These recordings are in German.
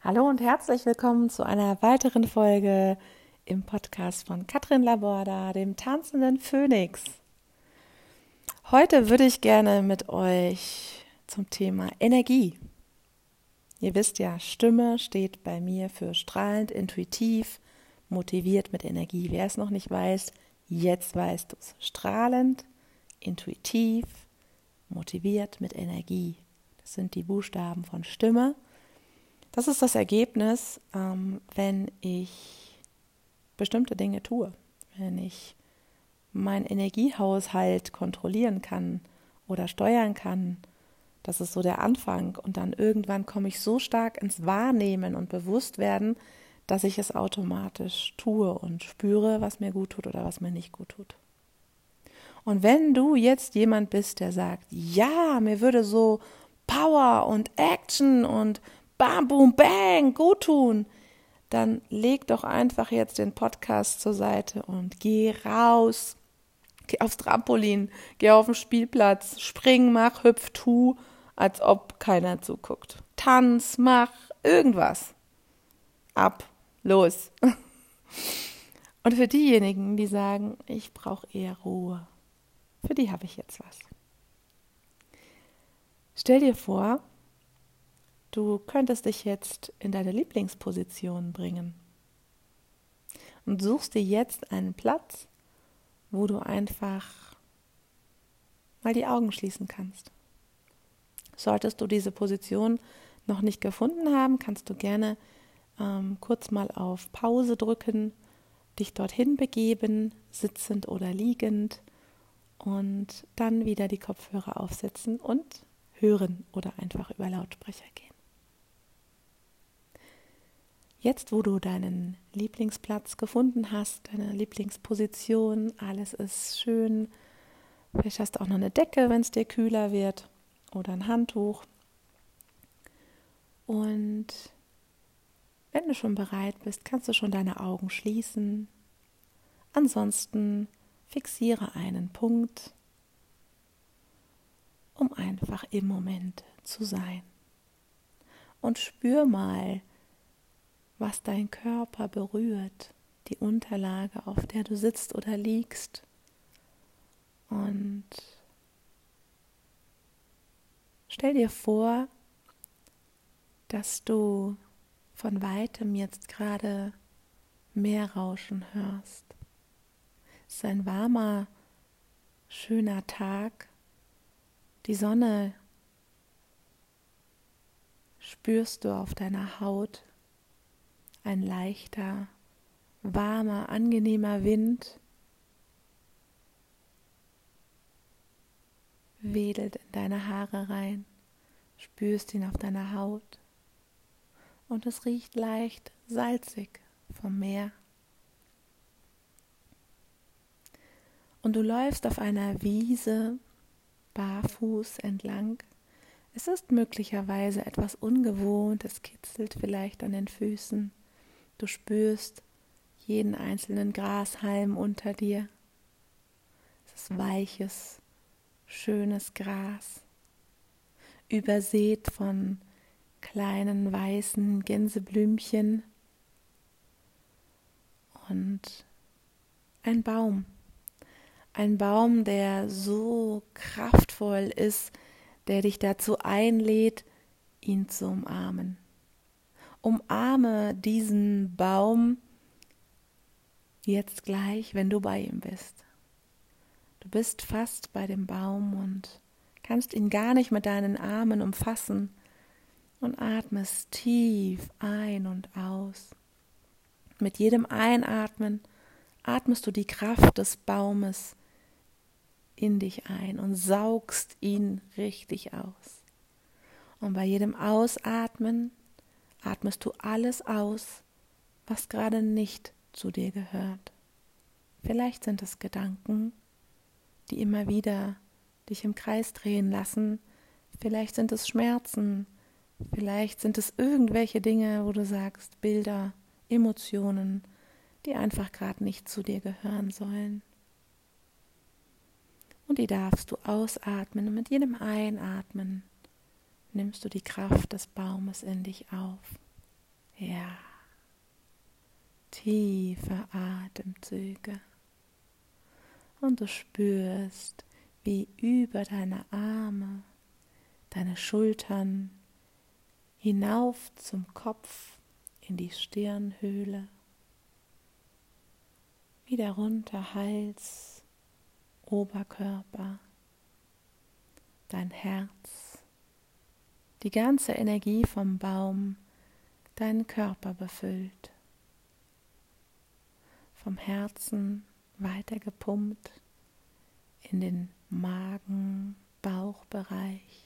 Hallo und herzlich willkommen zu einer weiteren Folge im Podcast von Katrin Laborda, dem tanzenden Phönix. Heute würde ich gerne mit euch zum Thema Energie. Ihr wisst ja, Stimme steht bei mir für strahlend, intuitiv, motiviert mit Energie. Wer es noch nicht weiß, jetzt weißt du es. Strahlend, intuitiv, motiviert mit Energie. Das sind die Buchstaben von Stimme. Das ist das Ergebnis, wenn ich bestimmte Dinge tue, wenn ich meinen Energiehaushalt kontrollieren kann oder steuern kann. Das ist so der Anfang und dann irgendwann komme ich so stark ins Wahrnehmen und Bewusstwerden, dass ich es automatisch tue und spüre, was mir gut tut oder was mir nicht gut tut. Und wenn du jetzt jemand bist, der sagt, ja, mir würde so Power und Action und Bam, Boom, Bang gut tun, dann leg doch einfach jetzt den Podcast zur Seite und geh raus, geh aufs Trampolin, geh auf den Spielplatz, spring, mach, hüpf, tu, als ob keiner zuguckt. Tanz, mach, irgendwas. Ab, los. Und für diejenigen, die sagen, ich brauche eher Ruhe, für die habe ich jetzt was. Stell dir vor, du könntest dich jetzt in deine Lieblingsposition bringen und suchst dir jetzt einen Platz, wo du einfach mal die Augen schließen kannst. Solltest du diese Position noch nicht gefunden haben, kannst du gerne kurz mal auf Pause drücken, dich dorthin begeben, sitzend oder liegend und dann wieder die Kopfhörer aufsetzen und hören oder einfach über Lautsprecher gehen. Jetzt, wo du deinen Lieblingsplatz gefunden hast, deine Lieblingsposition, alles ist schön, vielleicht hast du auch noch eine Decke, wenn es dir kühler wird, oder ein Handtuch. Und wenn du schon bereit bist, kannst du schon deine Augen schließen. Ansonsten fixiere einen Punkt, um einfach im Moment zu sein. Und spür mal, was dein Körper berührt, die Unterlage, auf der du sitzt oder liegst. Und stell dir vor, dass du von weitem jetzt gerade Meerrauschen hörst. Es ist ein warmer, schöner Tag. Die Sonne spürst du auf deiner Haut. Ein leichter, warmer, angenehmer Wind wedelt in deine Haare rein, spürst ihn auf deiner Haut und es riecht leicht salzig vom Meer. Und du läufst auf einer Wiese barfuß entlang. Es ist möglicherweise etwas ungewohnt, es kitzelt vielleicht an den Füßen. Du spürst jeden einzelnen Grashalm unter dir. Es ist weiches, schönes Gras, übersät von kleinen weißen Gänseblümchen und ein Baum, der so kraftvoll ist, der dich dazu einlädt, ihn zu umarmen. Umarme diesen Baum jetzt gleich, wenn du bei ihm bist. Du bist fast bei dem Baum und kannst ihn gar nicht mit deinen Armen umfassen und atmest tief ein und aus. Mit jedem Einatmen atmest du die Kraft des Baumes in dich ein und saugst ihn richtig aus. Und bei jedem Ausatmen atmest du alles aus, was gerade nicht zu dir gehört. Vielleicht sind es Gedanken, die immer wieder dich im Kreis drehen lassen. Vielleicht sind es Schmerzen. Vielleicht sind es irgendwelche Dinge, wo du sagst, Bilder, Emotionen, die einfach gerade nicht zu dir gehören sollen. Und die darfst du ausatmen und mit jedem Einatmen nimmst du die Kraft des Baumes in dich auf. Ja, tiefe Atemzüge. Und du spürst, wie über deine Arme, deine Schultern hinauf zum Kopf in die Stirnhöhle, wieder runter Hals, Oberkörper, dein Herz, die ganze Energie vom Baum deinen Körper befüllt, vom Herzen weiter gepumpt in den Magen, Bauchbereich,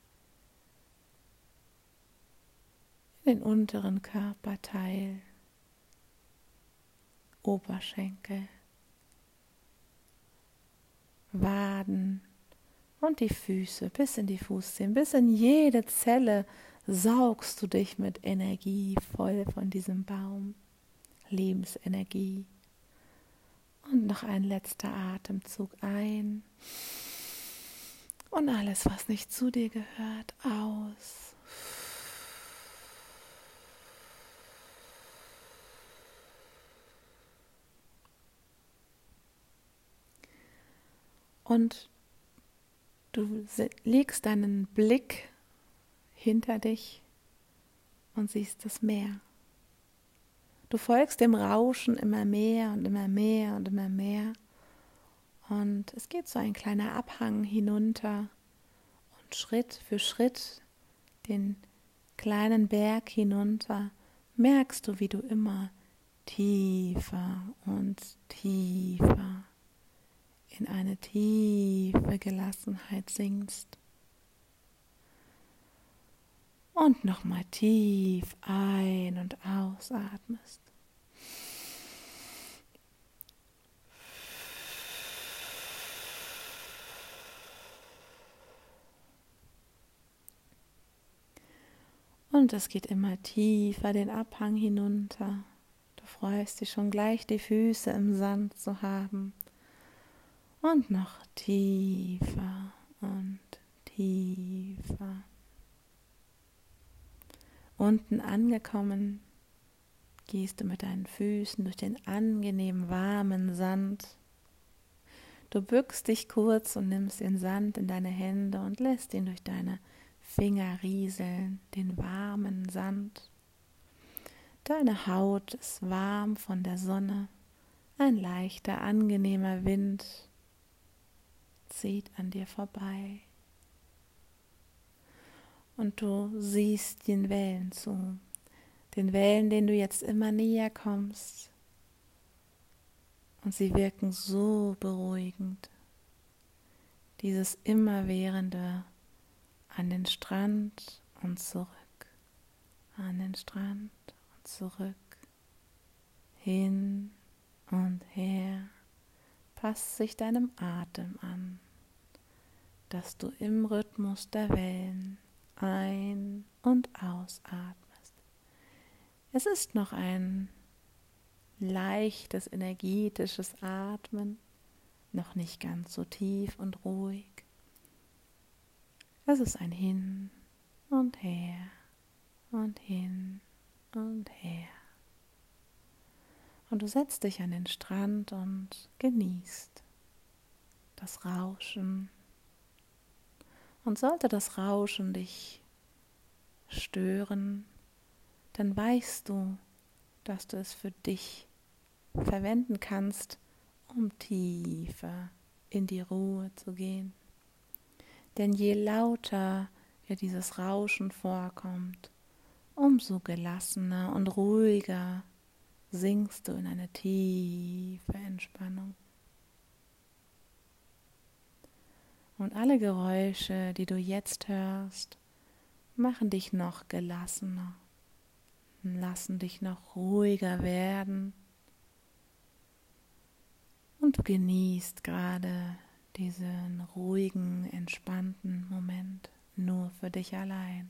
in den unteren Körperteil, Oberschenkel, Waden und die Füße bis in die Fußzehen, bis in jede Zelle saugst du dich mit Energie voll von diesem Baum, Lebensenergie. Und noch ein letzter Atemzug ein und alles, was nicht zu dir gehört, aus. Und du legst deinen Blick hinter dich und siehst das Meer. Du folgst dem Rauschen immer mehr und immer mehr und immer mehr. Und es geht so ein kleiner Abhang hinunter und Schritt für Schritt den kleinen Berg hinunter merkst du, wie du immer tiefer und tiefer in eine tiefe Gelassenheit sinkst. Und nochmal tief ein- und ausatmest. Und es geht immer tiefer den Abhang hinunter. Du freust dich schon gleich, die Füße im Sand zu haben. Und noch tiefer und tiefer. Unten angekommen, gehst du mit deinen Füßen durch den angenehm warmen Sand. Du bückst dich kurz und nimmst den Sand in deine Hände und lässt ihn durch deine Finger rieseln, den warmen Sand. Deine Haut ist warm von der Sonne, ein leichter, angenehmer Wind zieht an dir vorbei. Und du siehst den Wellen zu, den Wellen, denen du jetzt immer näher kommst. Und sie wirken so beruhigend. Dieses Immerwährende an den Strand und zurück, an den Strand und zurück, hin und her. Passt sich deinem Atem an, dass du im Rhythmus der Wellen ein- und ausatmest. Es ist noch ein leichtes, energetisches Atmen, noch nicht ganz so tief und ruhig. Es ist ein Hin und Her und hin und her. Und du setzt dich an den Strand und genießt das Rauschen. Und sollte das Rauschen dich stören, dann weißt du, dass du es für dich verwenden kannst, um tiefer in die Ruhe zu gehen. Denn je lauter dir dieses Rauschen vorkommt, umso gelassener und ruhiger sinkst du in eine tiefe Entspannung. Und alle Geräusche, die du jetzt hörst, machen dich noch gelassener, lassen dich noch ruhiger werden. Und du genießt gerade diesen ruhigen, entspannten Moment nur für dich allein.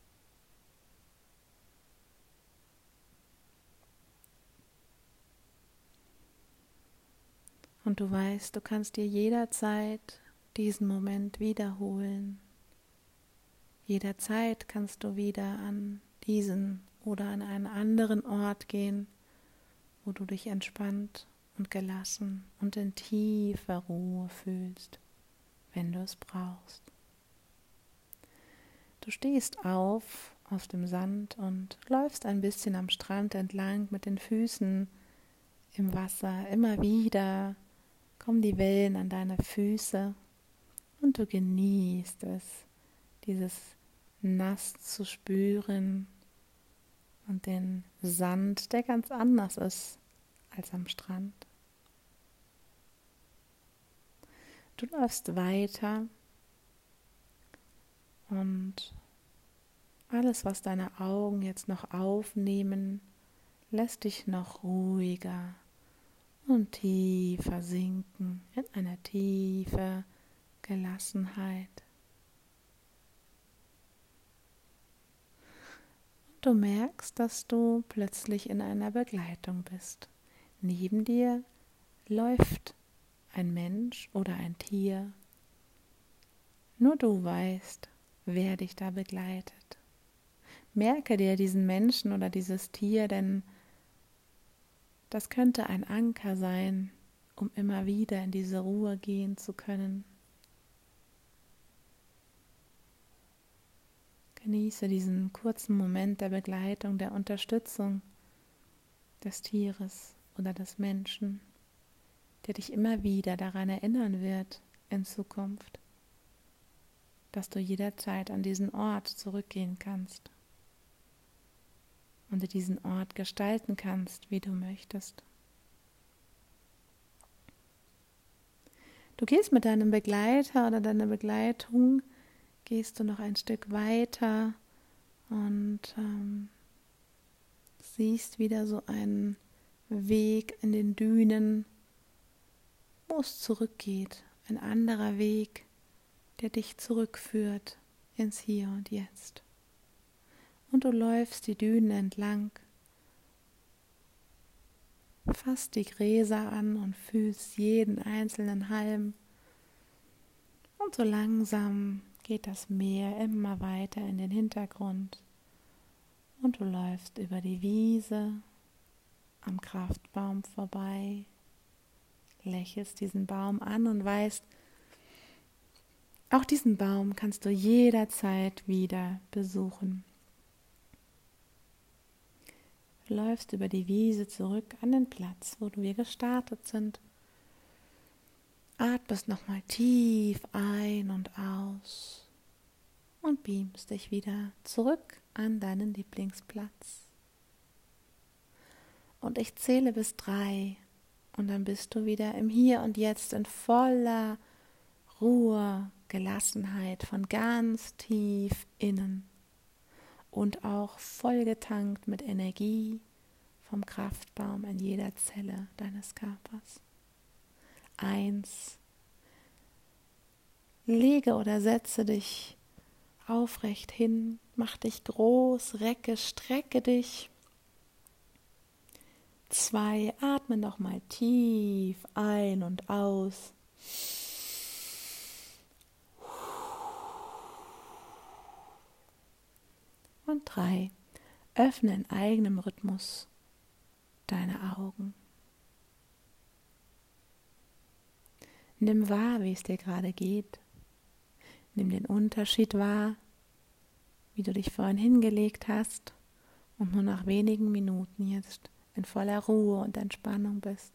Und du weißt, du kannst dir jederzeit diesen Moment wiederholen. Jederzeit kannst du wieder an diesen oder an einen anderen Ort gehen, wo du dich entspannt und gelassen und in tiefer Ruhe fühlst, wenn du es brauchst. Du stehst auf aus dem Sand und läufst ein bisschen am Strand entlang mit den Füßen im Wasser. Immer wieder kommen die Wellen an deine Füße und du genießt es, dieses Nass zu spüren und den Sand, der ganz anders ist als am Strand. Du läufst weiter und alles, was deine Augen jetzt noch aufnehmen, lässt dich noch ruhiger und tiefer sinken in eine tiefe Gelassenheit. Du merkst, dass du plötzlich in einer Begleitung bist. Neben dir läuft ein Mensch oder ein Tier. Nur du weißt, wer dich da begleitet. Merke dir diesen Menschen oder dieses Tier, denn das könnte ein Anker sein, um immer wieder in diese Ruhe gehen zu können. Genieße diesen kurzen Moment der Begleitung, der Unterstützung des Tieres oder des Menschen, der dich immer wieder daran erinnern wird in Zukunft, dass du jederzeit an diesen Ort zurückgehen kannst und diesen Ort gestalten kannst, wie du möchtest. Du gehst mit deinem Begleiter oder deiner Begleitung, gehst du noch ein Stück weiter und siehst wieder so einen Weg in den Dünen, wo es zurückgeht. Ein anderer Weg, der dich zurückführt ins Hier und Jetzt. Und du läufst die Dünen entlang, fasst die Gräser an und fühlst jeden einzelnen Halm. Und so langsam geht das Meer immer weiter in den Hintergrund und du läufst über die Wiese am Kraftbaum vorbei, lächelst diesen Baum an und weißt, auch diesen Baum kannst du jederzeit wieder besuchen. Du läufst über die Wiese zurück an den Platz, wo wir gestartet sind. Atmest nochmal tief ein und aus und beamst dich wieder zurück an deinen Lieblingsplatz. Und ich zähle bis 3 und dann bist du wieder im Hier und Jetzt in voller Ruhe, Gelassenheit von ganz tief innen und auch vollgetankt mit Energie vom Kraftbaum in jeder Zelle deines Körpers. 1. Lege oder setze dich aufrecht hin, mach dich groß, recke, strecke dich. 2. Atme nochmal tief ein und aus. Und 3. Öffne in eigenem Rhythmus deine Augen. Nimm wahr, wie es dir gerade geht. Nimm den Unterschied wahr, wie du dich vorhin hingelegt hast und nur nach wenigen Minuten jetzt in voller Ruhe und Entspannung bist.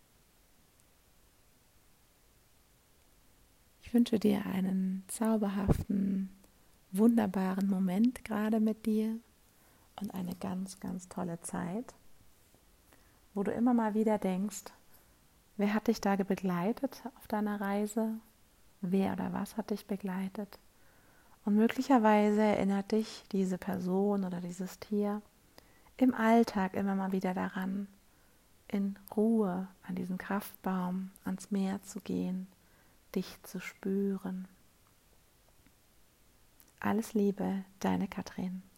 Ich wünsche dir einen zauberhaften, wunderbaren Moment gerade mit dir und eine ganz, ganz tolle Zeit, wo du immer mal wieder denkst, wer hat dich da begleitet auf deiner Reise? Wer oder was hat dich begleitet? Und möglicherweise erinnert dich diese Person oder dieses Tier im Alltag immer mal wieder daran, in Ruhe an diesen Kraftbaum, ans Meer zu gehen, dich zu spüren. Alles Liebe, deine Katrin.